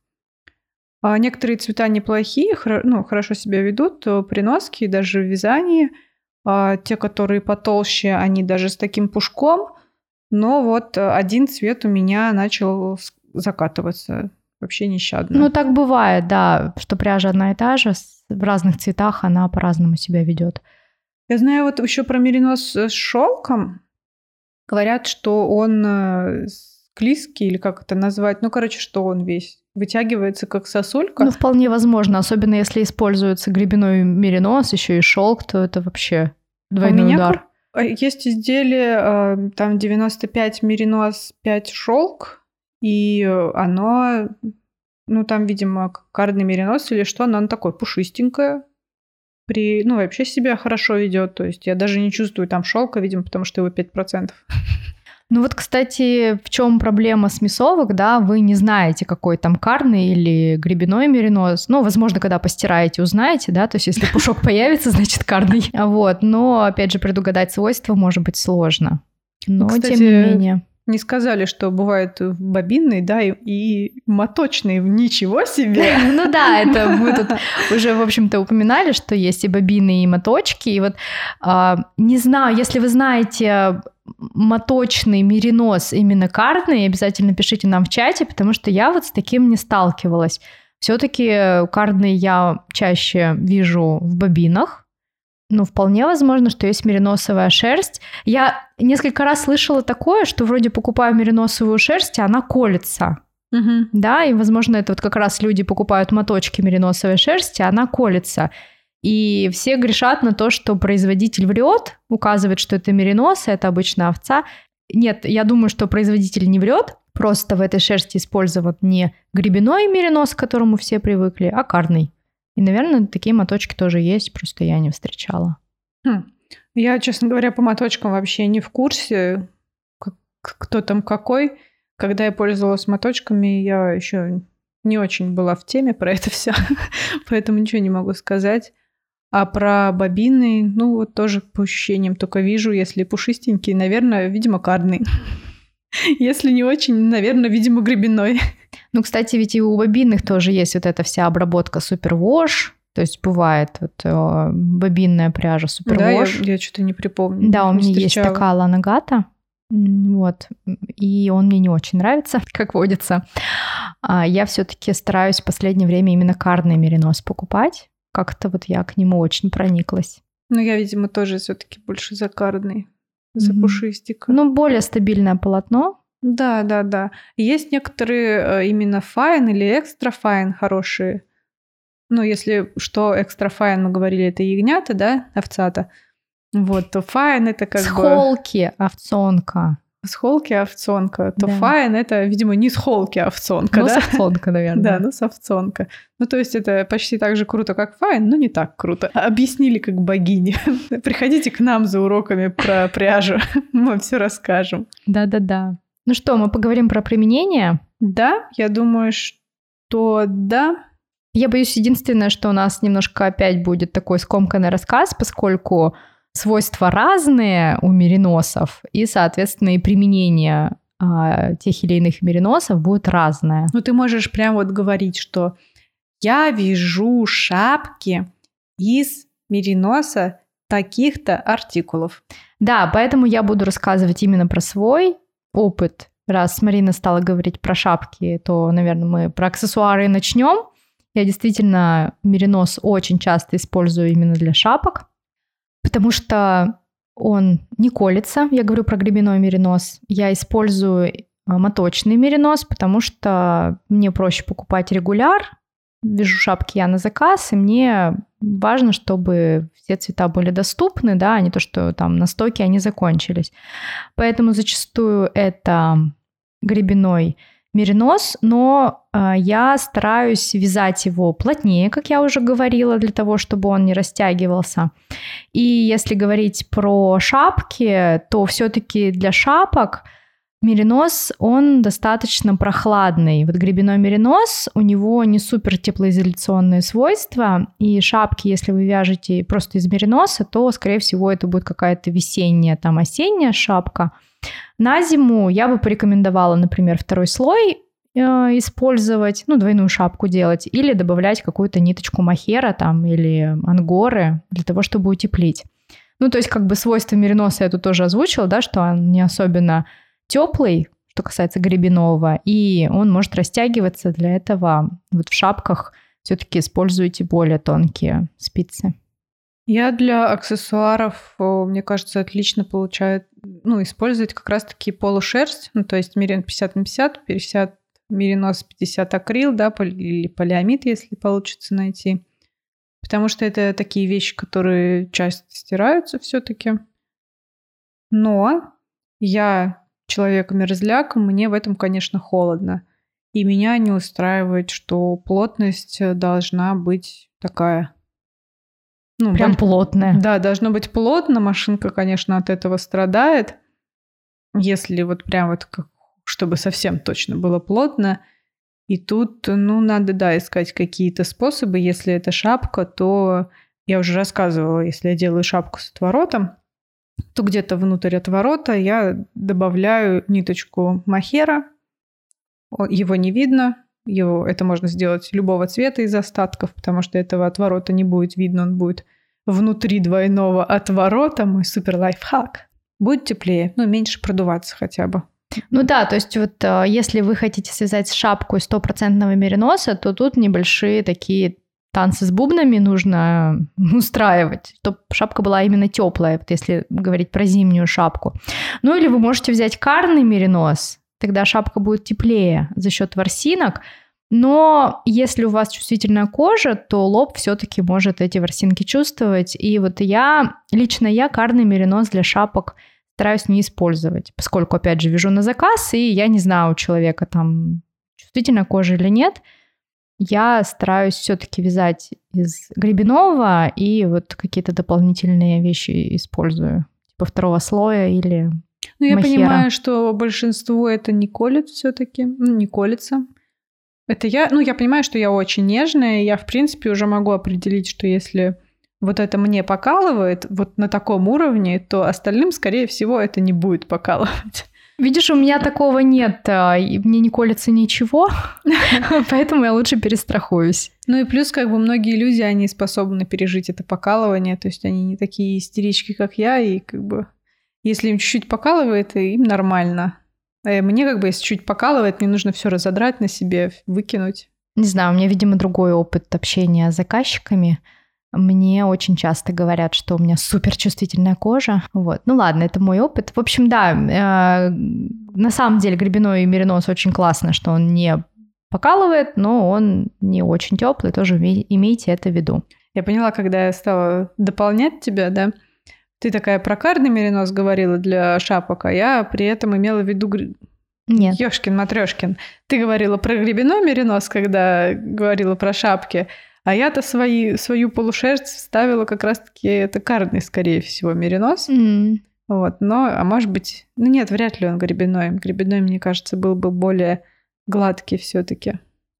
А некоторые цвета неплохие, хорошо себя ведут, при носке, даже в вязании. Те, которые потолще, они даже с таким пушком. Но вот один цвет у меня начал закатываться вообще нещадно. Ну, так бывает, да, что пряжа одна и та же, в разных цветах она по-разному себя ведет. Я знаю вот еще про меринос с шелком. Говорят, что он склизкий, или как это назвать. Ну, короче, что он весь вытягивается, как сосулька. Ну, вполне возможно, особенно если используется гребеной меринос, еще и шелк, то это вообще двойной удар. Есть изделие, там 95 меринос, 5 шелк, и оно, ну, там, видимо, кардный меринос или что, но оно такое пушистенькое. Вообще себя хорошо ведет. То есть я даже не чувствую там шелка, видимо, потому что его 5%. Ну вот, кстати, в чем проблема смесовок, да, вы не знаете, какой там кардный или гребеной меринос. Ну, возможно, когда постираете, узнаете, да, то есть если пушок появится, значит кардный. Вот, но, опять же, предугадать свойства может быть сложно. Но, кстати, тем не менее... Не сказали, что бывает бобинный, да, и моточный. Ничего себе! Ну да, это мы тут уже, в общем-то, упоминали, что есть и бобины, и моточки. И вот не знаю, если вы знаете моточный меринос именно кардный, обязательно пишите нам в чате, потому что я вот с таким не сталкивалась. Все-таки кардный я чаще вижу в бобинах. Ну, вполне возможно, что есть мериносовая шерсть. Я несколько раз слышала такое, что вроде покупаю мериносовую шерсть, а она колется. Угу. Да, и, возможно, это вот как раз люди покупают моточки мериносовой шерсти, а она колется. И все грешат на то, что производитель врет, указывает, что это меринос, это обычно овца. Нет, я думаю, что производитель не врет, просто в этой шерсти использован не гребеной меринос, к которому все привыкли, а кардный. И, наверное, такие моточки тоже есть, просто я не встречала. Я, честно говоря, по моточкам вообще не в курсе, кто там какой. Когда я пользовалась моточками, я еще не очень была в теме про это все, поэтому ничего не могу сказать. А про бобины, ну вот тоже по ощущениям только вижу, если пушистенький, наверное, видимо, кардный. Если не очень, наверное, видимо, гребеной. Ну, кстати, ведь и у бобинных тоже есть вот эта вся обработка супервош. То есть бывает вот бобинная пряжа супервош. Да, я что-то не припомню. Да, у меня есть такая ланагата. Вот. И он мне не очень нравится, как водится. Я все-таки стараюсь в последнее время именно кардный меринос покупать. Как-то вот я к нему очень прониклась. Ну, я, видимо, тоже все-таки больше за кардный, за пушистика. Ну, более стабильное полотно. Да. Есть некоторые именно файн или экстра файн хорошие. Ну, если что, экстра файн, мы говорили, это ягнята, да, овцата. Вот, то файн это как бы... С холки овцонка. С холки овцонка. То файн это, видимо, не с холки овцонка, да? Ну, с овцонка, наверное. Да, ну, с овцонка. Ну, то есть это почти так же круто, как файн, но не так круто. Объяснили как богини. Приходите к нам за уроками про пряжу, мы вам все расскажем. Да. Ну что, мы поговорим про применение? Да, я думаю, что да. Я боюсь, единственное, что у нас немножко опять будет такой скомканный рассказ, поскольку свойства разные у мериносов, и, соответственно, и применение тех или иных мериносов будет разное. Ну, ты можешь прям вот говорить, что я вяжу шапки из мериноса таких-то артикулов. Да, поэтому я буду рассказывать именно про свой опыт. Раз Марина стала говорить про шапки, то, наверное, мы про аксессуары начнем. Я действительно меринос очень часто использую именно для шапок, потому что он не колется. Я говорю про гребеной меринос. Я использую моточный меринос, потому что мне проще покупать регуляр. Вяжу шапки я на заказ, и мне важно, чтобы все цвета были доступны, да, а не то, что там на стоке они закончились. Поэтому зачастую это гребеной меринос, но я стараюсь вязать его плотнее, как я уже говорила, для того, чтобы он не растягивался. И если говорить про шапки, то все-таки для шапок меринос, он достаточно прохладный. Вот гребеной меринос, у него не супер теплоизоляционные свойства, и шапки, если вы вяжете просто из мериноса, то, скорее всего, это будет какая-то весенняя, там, осенняя шапка. На зиму я бы порекомендовала, например, второй слой использовать, двойную шапку делать, или добавлять какую-то ниточку мохера там, или ангоры для того, чтобы утеплить. То есть как бы свойства мериноса я тут тоже озвучила, да, что он не особенно теплый, что касается гребеного, и он может растягиваться. Для этого вот в шапках все-таки используйте более тонкие спицы. Я для аксессуаров, мне кажется, отлично получает, использовать как раз-таки полушерсть, то есть мерин 50/50, 50 меринос, 50 акрил, да, или полиамид, если получится найти. Потому что это такие вещи, которые часто стираются все-таки. Но я человек-мерзляк, мне в этом, конечно, холодно. И меня не устраивает, что плотность должна быть такая... Прям плотная. Да, должно быть плотно. Машинка, конечно, от этого страдает. Если вот прям вот чтобы совсем точно было плотно. И тут, надо, да, искать какие-то способы. Если это шапка, то я уже рассказывала, если я делаю шапку с отворотом, то где-то внутрь отворота я добавляю ниточку мохера. Его не видно. Это можно сделать любого цвета из остатков, потому что этого отворота не будет видно. Он будет внутри двойного отворота. Мой супер лайфхак. Будет теплее, меньше продуваться хотя бы. Да, то есть вот если вы хотите связать шапку из 100% мериноса, то тут небольшие такие танцы с бубнами нужно устраивать, чтобы шапка была именно теплая, вот если говорить про зимнюю шапку. Или вы можете взять карный меринос, тогда шапка будет теплее за счет ворсинок, но если у вас чувствительная кожа, то лоб все-таки может эти ворсинки чувствовать. И вот лично я карный меринос для шапок стараюсь не использовать, поскольку, опять же, вяжу на заказ, и я не знаю, у человека там чувствительная кожа или нет. Я стараюсь все-таки вязать из гребеного и вот какие-то дополнительные вещи использую, типа второго слоя или я мохера. Понимаю, что большинству это не колет все-таки, не колется. Это я понимаю, что я очень нежная, и я, в принципе, уже могу определить, что если вот это мне покалывает вот на таком уровне, то остальным, скорее всего, это не будет покалывать. Видишь, у меня такого нет, и мне не колется ничего, поэтому я лучше перестрахуюсь. И плюс многие люди, они способны пережить это покалывание, то есть они не такие истерички, как я, и если им чуть-чуть покалывает, им нормально. А мне если чуть покалывает, мне нужно все разодрать на себе, выкинуть. Не знаю, у меня, видимо, другой опыт общения с заказчиками. Мне очень часто говорят, что у меня суперчувствительная кожа. Вот. Ладно, это мой опыт. В общем, да, на самом деле гребеной меринос очень классно, что он не покалывает, но он не очень теплый, тоже имейте это в виду. Я поняла, когда я стала дополнять тебя, да, ты такая про карный меринос говорила для шапок, а я при этом имела в виду... Нет. Ёшкин-матрёшкин. Ты говорила про гребеной меринос, когда говорила про шапки, а я-то свою полушерсть вставила как раз-таки это карный, скорее всего, меринос. Вот, а может быть... нет, вряд ли он гребеной. Гребеной, мне кажется, был бы более гладкий все-таки.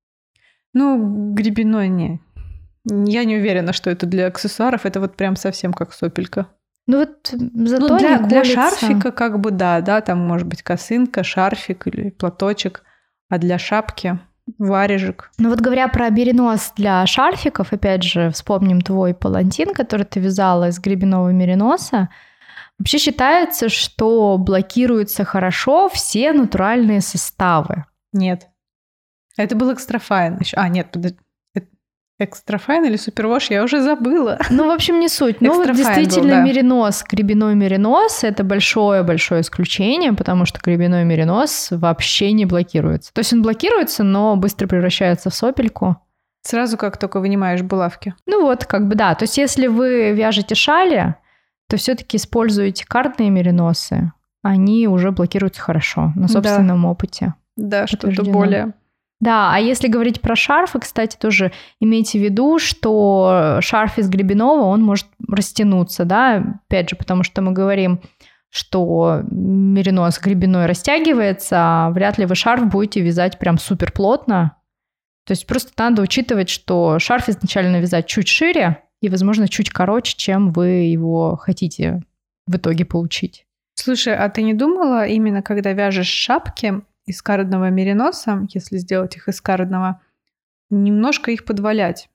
Гребеной не. Я не уверена, что это для аксессуаров. Это вот прям совсем как сопелька. Зато для шарфика да, там может быть косынка, шарфик или платочек, а для шапки... варежек. Говоря про меринос для шарфиков, опять же, вспомним твой палантин, который ты вязала из гребеного мериноса. Вообще считается, что блокируются хорошо все натуральные составы. Нет. Это был экстрафайн. Нет, экстрафайн или супервош, я уже забыла. В общем, не суть. Действительно, был, да. Меринос, гребеной меринос – это большое-большое исключение, потому что гребеной меринос вообще не блокируется. То есть он блокируется, но быстро превращается в сопельку. Сразу как только вынимаешь булавки. Да. То есть если вы вяжете шали, то все-таки используете картные мериносы. Они уже блокируются хорошо на собственном опыте. Да, что-то более... Да, а если говорить про шарфы, кстати, тоже имейте в виду, что шарф из гребеного, он может растянуться, да, опять же, потому что мы говорим, что меринос гребеной растягивается, а вряд ли вы шарф будете вязать прям супер плотно. То есть просто надо учитывать, что шарф изначально вязать чуть шире и, возможно, чуть короче, чем вы его хотите в итоге получить. Слушай, а ты не думала, именно когда вяжешь шапки из кардного мериноса, если сделать их из кардного, немножко их подвалять?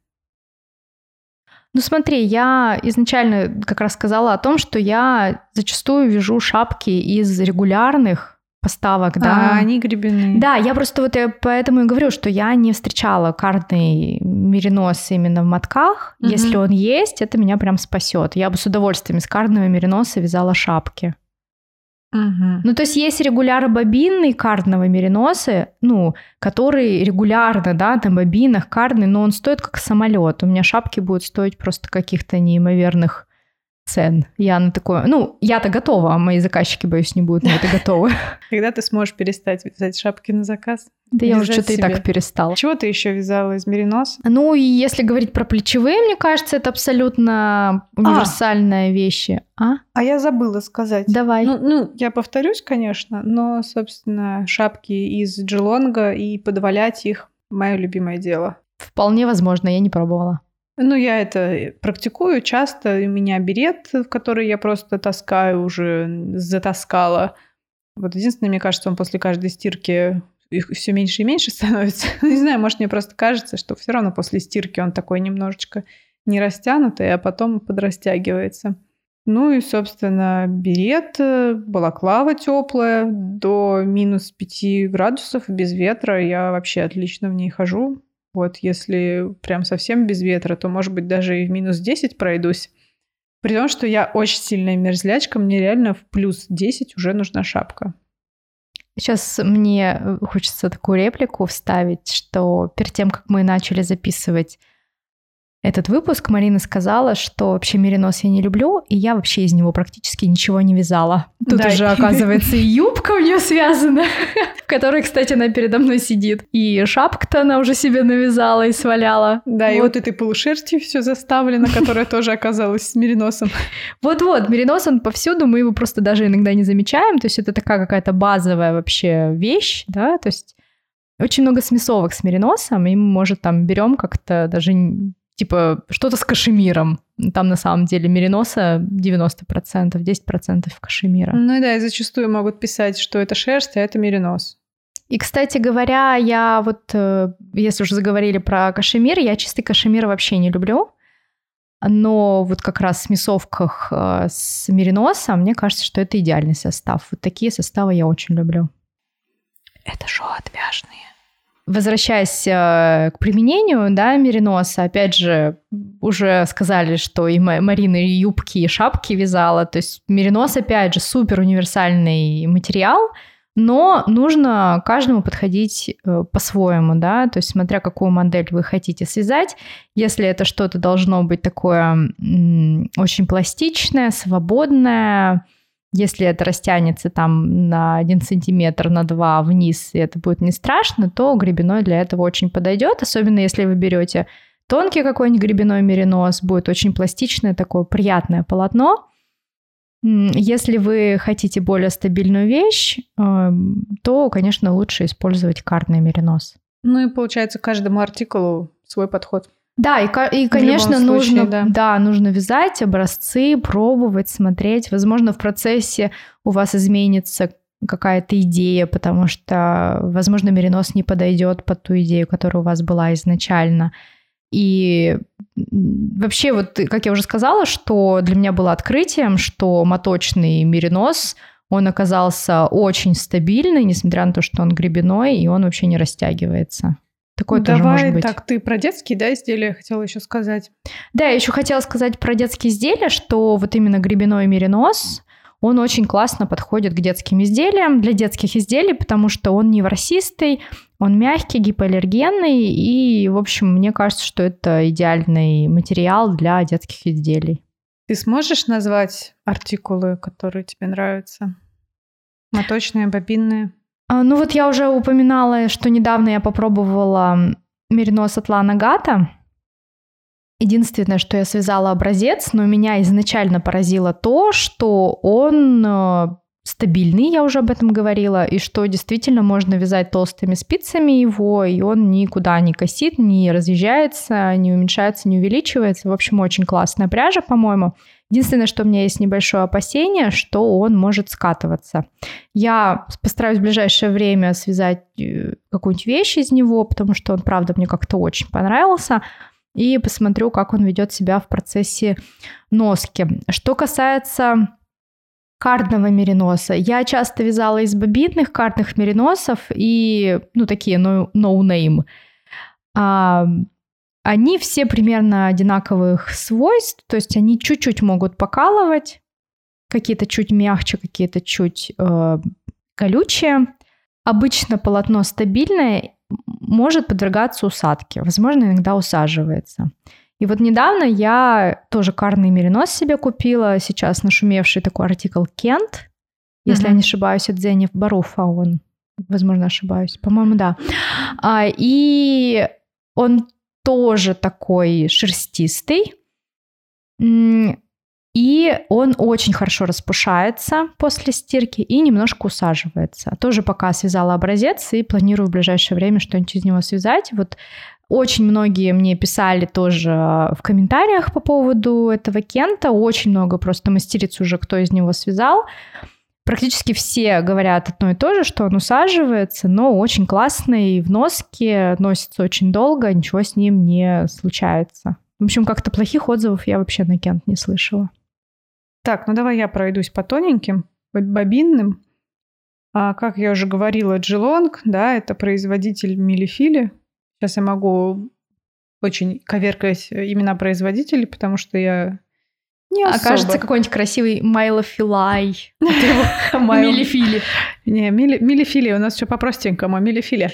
Ну смотри, я изначально как раз сказала о том, что я зачастую вяжу шапки из регулярных поставок, да. А они гребенные. Да, я просто поэтому и говорю, что я не встречала кардный меринос именно в мотках. Если он есть, это меня прям спасет. Я бы с удовольствием из кардного мериноса вязала шапки. Ну, то есть есть регуляры бобинные кардного мериноса, который регулярно, да, на бобинах кардный, но он стоит как самолет. У меня шапки будут стоить просто каких-то неимоверных цен. Я на такое... я-то готова, а мои заказчики, боюсь, не будут на это готовы. Когда ты сможешь перестать вязать шапки на заказ? Да я уже что-то и так перестала. Чего ты еще вязала из мериноса? И если говорить про плечевые, мне кажется, это абсолютно универсальная вещь. А я забыла сказать. Давай. Я повторюсь, конечно, но, собственно, шапки из джелонга и подвалять их – мое любимое дело. Вполне возможно, я не пробовала. Я это практикую часто. У меня берет, в который я просто таскаю, уже затаскала. Вот единственное, мне кажется, он после каждой стирки их все меньше и меньше становится. Не знаю, может, мне просто кажется, что все равно после стирки он такой немножечко не растянутый, а потом подрастягивается. И, собственно, берет, балаклава теплая, до минус 5 градусов без ветра. Я вообще отлично в ней хожу. Вот, если прям совсем без ветра, то, может быть, даже и в минус 10 пройдусь. При том, что я очень сильная мерзлячка, мне реально в плюс 10 уже нужна шапка. Сейчас мне хочется такую реплику вставить, что перед тем, как мы начали записывать этот выпуск, Марина сказала, что вообще меринос я не люблю, и я вообще из него практически ничего не вязала. Тут уже, оказывается, и юбка у нее связана, в которой, кстати, она передо мной сидит. И шапка-то она уже себе навязала и сваляла. Да, и вот этой полушерстью все заставлено, которая тоже оказалась с мериносом. Вот, меринос, он повсюду, мы его просто даже иногда не замечаем, то есть это такая какая-то базовая вообще вещь, да, то есть очень много смесовок с мериносом, и мы, может, там берем как-то даже... Типа что-то с кашемиром. Там на самом деле мериноса 90%, 10% кашемира. Да, и зачастую могут писать, что это шерсть, а это меринос. И, кстати говоря, я если уже заговорили про кашемир, я чистый кашемир вообще не люблю. Но вот как раз в смесовках с мериносом, мне кажется, что это идеальный состав. Вот такие составы я очень люблю. Это шо отвяжные? Возвращаясь к применению, да, мериноса, опять же, уже сказали, что и Марина и юбки, и шапки вязала. То есть меринос, опять же, супер универсальный материал, но нужно каждому подходить по-своему, да, то есть смотря какую модель вы хотите связать. Если это что-то должно быть такое очень пластичное, свободное, если это растянется там на 1 сантиметр, на 2 вниз, и это будет не страшно, то гребеной для этого очень подойдет, особенно если вы берете тонкий какой-нибудь гребеной меринос, будет очень пластичное такое приятное полотно. Если вы хотите более стабильную вещь, то, конечно, лучше использовать кардный меринос. И получается, каждому артикулу свой подход. Да, и конечно, нужно вязать образцы, пробовать, смотреть. Возможно, в процессе у вас изменится какая-то идея, потому что, возможно, меринос не подойдет под ту идею, которая у вас была изначально. И вообще, вот, как я уже сказала, что для меня было открытием, что моточный меринос, он оказался очень стабильный, несмотря на то, что он гребеной, и он вообще не растягивается. Такое тоже может быть. Так, ты про детские, да, изделия хотела еще сказать? Да, я еще хотела сказать про детские изделия, что вот именно гребеной меринос, он очень классно подходит к детским изделиям, для детских изделий, потому что он не ворсистый, он мягкий, гипоаллергенный, и, в общем, мне кажется, что это идеальный материал для детских изделий. Ты сможешь назвать артикулы, которые тебе нравятся? Моточные, бобинные? Вот я уже упоминала, что недавно я попробовала меринос от Лана Гата. Единственное, что я связала образец, но меня изначально поразило то, что он стабильный, я уже об этом говорила, и что действительно можно вязать толстыми спицами его, и он никуда не косит, не разъезжается, не уменьшается, не увеличивается. В общем, очень классная пряжа, по-моему. Единственное, что у меня есть небольшое опасение, что он может скатываться. Я постараюсь в ближайшее время связать какую-нибудь вещь из него, потому что он, правда, мне как-то очень понравился, и посмотрю, как он ведет себя в процессе носки. Что касается кардного мериноса, я часто вязала из бобинных кардных мериносов и, такие no-name. Они все примерно одинаковых свойств, то есть они чуть-чуть могут покалывать, какие-то чуть мягче, какие-то чуть колючие. Обычно полотно стабильное, может подвергаться усадке, возможно, иногда усаживается. И вот недавно я тоже кардный меринос себе купила, сейчас нашумевший такой артикл Кент, если я не ошибаюсь, от Зенев Баруфа он, возможно, ошибаюсь, по-моему, да. И он тоже такой шерстистый, и он очень хорошо распушается после стирки и немножко усаживается. Тоже пока связала образец и планирую в ближайшее время что-нибудь из него связать. Вот очень многие мне писали тоже в комментариях по поводу этого Кента. Очень много просто мастериц уже, кто из него связал. Практически все говорят одно и то же, что он усаживается, но очень классный, в носке, носится очень долго, ничего с ним не случается. В общем, как-то плохих отзывов я вообще на Кент не слышала. Так, давай я пройдусь по тоненьким, бобинным. Как я уже говорила, Geelong, да, это производитель Милифили. Сейчас я могу очень коверкать имена производителей, потому что я не особо. Окажется какой-нибудь красивый Майлофилай. Милифили. Не, Милифили, у нас все по-простенькому, Милифили.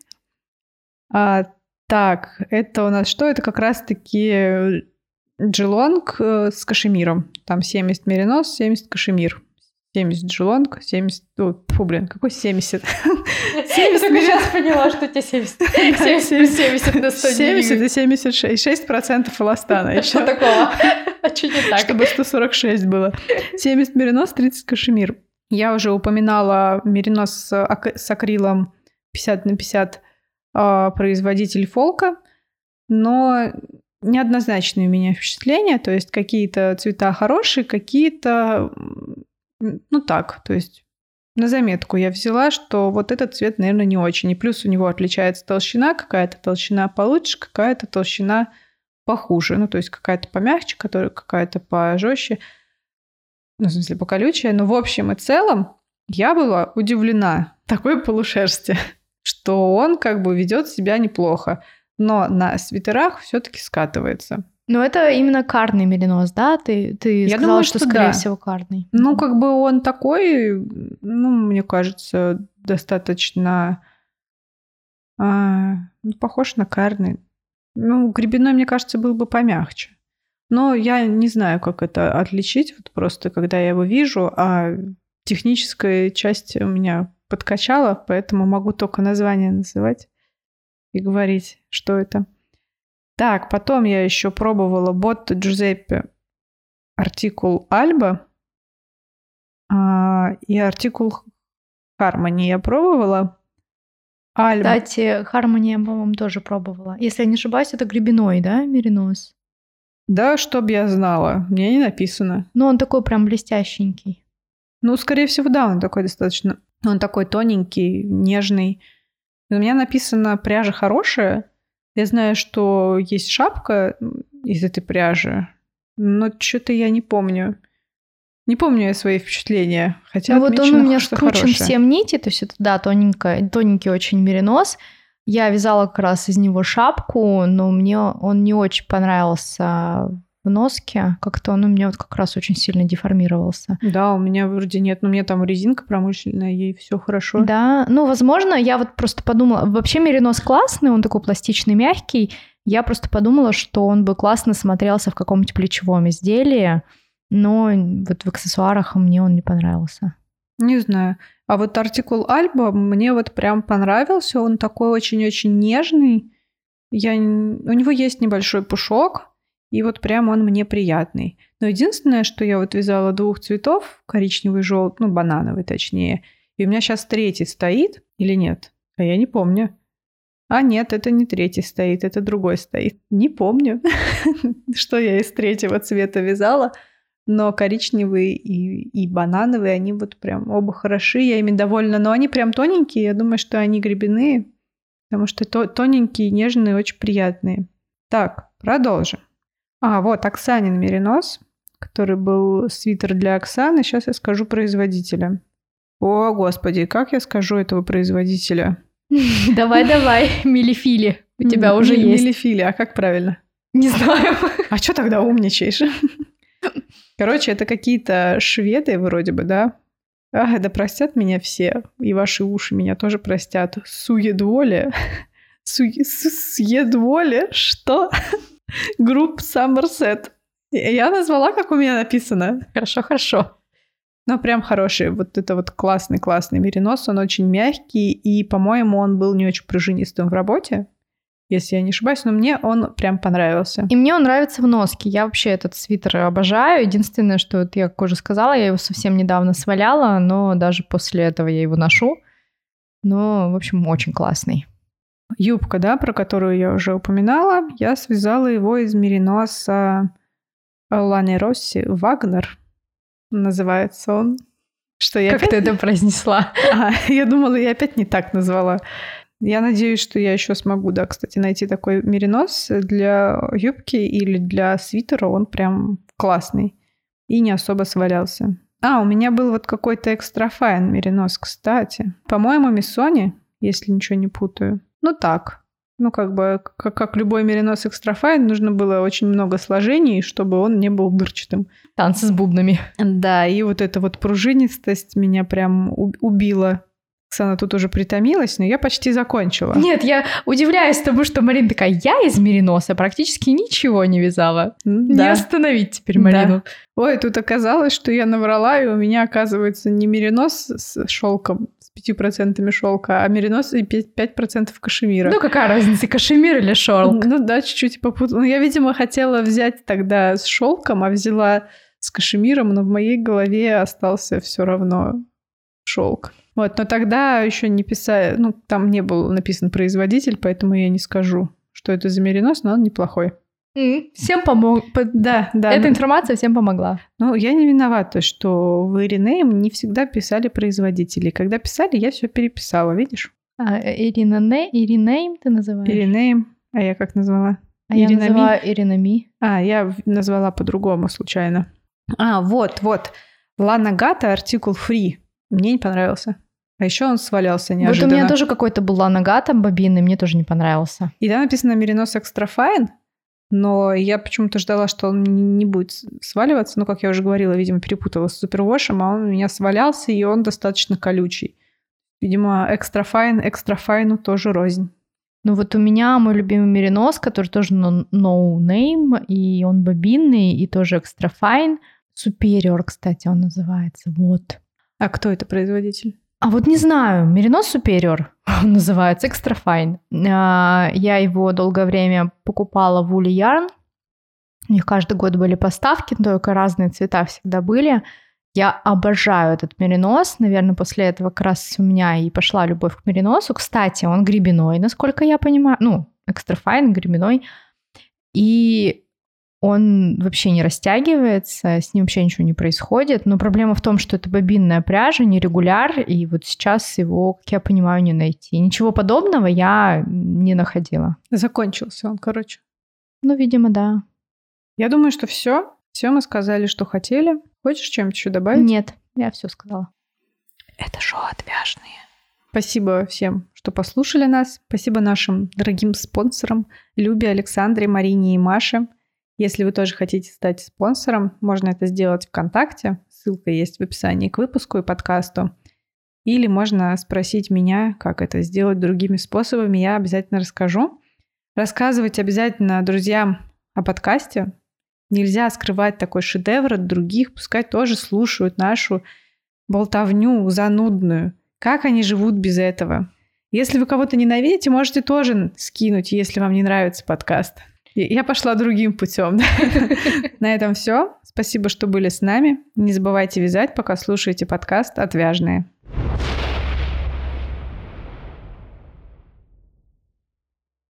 Так, это у нас что? Это как раз-таки Geelong с кашемиром. Там 70 меринос, 70 кашемир. 70 Geelong, 70... какой 70? 70 я сейчас поняла, что у тебя 70 на 100 70 и 76. 6% эластана. Что такого? А что не так? Чтобы 146 было. 70 меринос, 30 кашемир. Я уже упоминала меринос с акрилом 50/50 производитель фолка, но неоднозначные у меня впечатления. То есть какие-то цвета хорошие, какие-то... так, то есть на заметку я взяла, что вот этот цвет, наверное, не очень. И плюс у него отличается толщина, какая-то толщина получше, какая-то толщина похуже. То есть какая-то помягче, какая-то пожестче, в смысле поколючее. Но в общем и целом я была удивлена такой полушерсти, что он как бы ведет себя неплохо, но на свитерах все-таки скатывается. Но это именно кардный меринос, да? Ты я сказала, думаю, что скорее всего кардный. Как бы он такой, мне кажется, достаточно похож на кардный. Гребенной, мне кажется, был бы помягче. Но я не знаю, как это отличить, вот просто когда я его вижу, а техническая часть у меня подкачала, поэтому могу только название называть и говорить, что это. Так, потом я еще пробовала Ботто Джузеппе артикул Альба и артикул Хармони я пробовала. Кстати, Хармони я, по-моему, тоже пробовала. Если я не ошибаюсь, это гребеной, да, меринос? Да, чтоб я знала. Мне не написано. Но он такой прям блестященький. Скорее всего, да, он такой достаточно... Он такой тоненький, нежный. У меня написано «пряжа хорошая». Я знаю, что есть шапка из этой пряжи, но что-то я не помню. Не помню я свои впечатления. Хотя вот он у меня скручен хорошее. в 7 нитей, то есть это, да, тоненький очень меринос. Я вязала как раз из него шапку, но мне он не очень понравился в носке. Как-то он у меня вот как раз очень сильно деформировался. Да, у меня вроде нет, но у меня там резинка промышленная, ей все хорошо. Да, возможно, я вот просто подумала, вообще меринос классный, он такой пластичный, мягкий. Я просто подумала, что он бы классно смотрелся в каком-нибудь плечевом изделии, но вот в аксессуарах мне он не понравился. Не знаю. А вот артикул Альба мне вот прям понравился. Он такой очень-очень нежный. У него есть небольшой пушок. И вот прям он мне приятный. Но единственное, что я вот вязала 2 цветов, коричневый и желтый, банановый точнее, и у меня сейчас 3 стоит или нет? А я не помню. А нет, это не 3 стоит, это другой стоит. Не помню, что я из 3 цвета вязала, но коричневый и банановый, они вот прям оба хороши, я ими довольна, но они прям тоненькие, я думаю, что они гребенные, потому что тоненькие, нежные, очень приятные. Так, продолжим. Вот Оксанин меринос, который был свитер для Оксаны. Сейчас я скажу производителя. О, господи, как я скажу этого производителя? Давай, милифили. У тебя уже есть. Милифили, а как правильно? Не знаю. А что тогда умничаешь? Короче, это какие-то шведы вроде бы, да? Да простят меня все, и ваши уши меня тоже простят. Суедволе? Суедволе? Что? Групп Сомерсет. Я назвала, как у меня написано. Хорошо. Но прям хороший. Вот это вот классный меринос. Он очень мягкий, и, по-моему, он был не очень пружинистым в работе, если я не ошибаюсь, но мне он прям понравился. И мне он нравится в носке. Я вообще этот свитер обожаю. Единственное, что вот я, как уже сказала, я его совсем недавно сваляла, но даже после этого я его ношу. Но, в общем, очень классный. Юбка, да, про которую я уже упоминала, я связала его из мериноса Ланы Росси «Вагнер». Называется он. Как ты это произнесла? Я думала, я опять не так назвала. Я надеюсь, что я еще смогу, да, кстати, найти такой меринос для юбки или для свитера. Он прям классный и не особо свалялся. У меня был вот какой-то экстра файн меринос, кстати. По-моему, Миссони, если ничего не путаю. Так. Как любой меринос экстра файн, нужно было очень много сложений, чтобы он не был дырчатым. Танцы с бубнами. Да, и вот эта вот пружинистость меня прям убила. Оксана тут уже притомилась, но я почти закончила. Нет, я удивляюсь тому, что Марина такая, я из мериноса практически ничего не вязала. Да. Не остановить теперь Марину. Да. Ой, тут оказалось, что я наврала, и у меня, оказывается, не меринос с шелком, с 5% шелка, а меринос и 5% кашемира. Какая разница, кашемир или шелк? Чуть-чуть попутала. Я, видимо, хотела взять тогда с шелком, а взяла с кашемиром, но в моей голове остался все равно шелк. Но тогда еще не писали, там не был написан производитель, поэтому я не скажу, что это за меринос, но он неплохой. Всем помог. Да. Эта информация всем помогла. Я не виновата, что в Иринейм не всегда писали производители. Когда писали, я все переписала, видишь? Иринейм ты называешь? Иринейм. А я как назвала? Я называла Иринами. Я назвала по-другому случайно. Вот. Лана Гата, артикул free. Мне не понравился. А еще он свалялся неожиданно. Вот у меня тоже какой-то был Лана Гата бобинный, мне тоже не понравился. И там написано меринос экстра файн, но я почему-то ждала, что он не будет сваливаться. Как я уже говорила, видимо, перепутала с супервошем, а он у меня свалялся, и он достаточно колючий. Видимо, экстра файну тоже рознь. Вот у меня мой любимый меринос, который тоже no name, и он бобинный, и тоже экстра файн. Superior, кстати, он называется. Вот. А кто это производитель? Не знаю. Меринос Superior он называется, экстра файн. Я его долгое время покупала в Woolly Yarn. У них каждый год были поставки, только разные цвета всегда были. Я обожаю этот меринос. Наверное, после этого как раз у меня и пошла любовь к мериносу. Кстати, он гребеной, насколько я понимаю. Экстра файн, гребеной. И он вообще не растягивается, с ним вообще ничего не происходит. Но проблема в том, что это бобинная пряжа, не регуляр, и вот сейчас его, как я понимаю, не найти. Ничего подобного я не находила. Закончился он, короче. Видимо, да. Я думаю, что все. Все мы сказали, что хотели. Хочешь чем-то еще добавить? Нет, я все сказала. Это шоу «Отвяжные». Спасибо всем, что послушали нас. Спасибо нашим дорогим спонсорам Любе, Александре, Марине и Маше. Если вы тоже хотите стать спонсором, можно это сделать ВКонтакте. Ссылка есть в описании к выпуску и подкасту. Или можно спросить меня, как это сделать другими способами. Я обязательно расскажу. Рассказывать обязательно друзьям о подкасте. Нельзя скрывать такой шедевр от других. Пускай тоже слушают нашу болтовню занудную. Как они живут без этого? Если вы кого-то ненавидите, можете тоже скинуть, если вам не нравится подкаст. Я пошла другим путем. На этом все. Спасибо, что были с нами. Не забывайте вязать, пока слушаете подкаст «Отвяжные».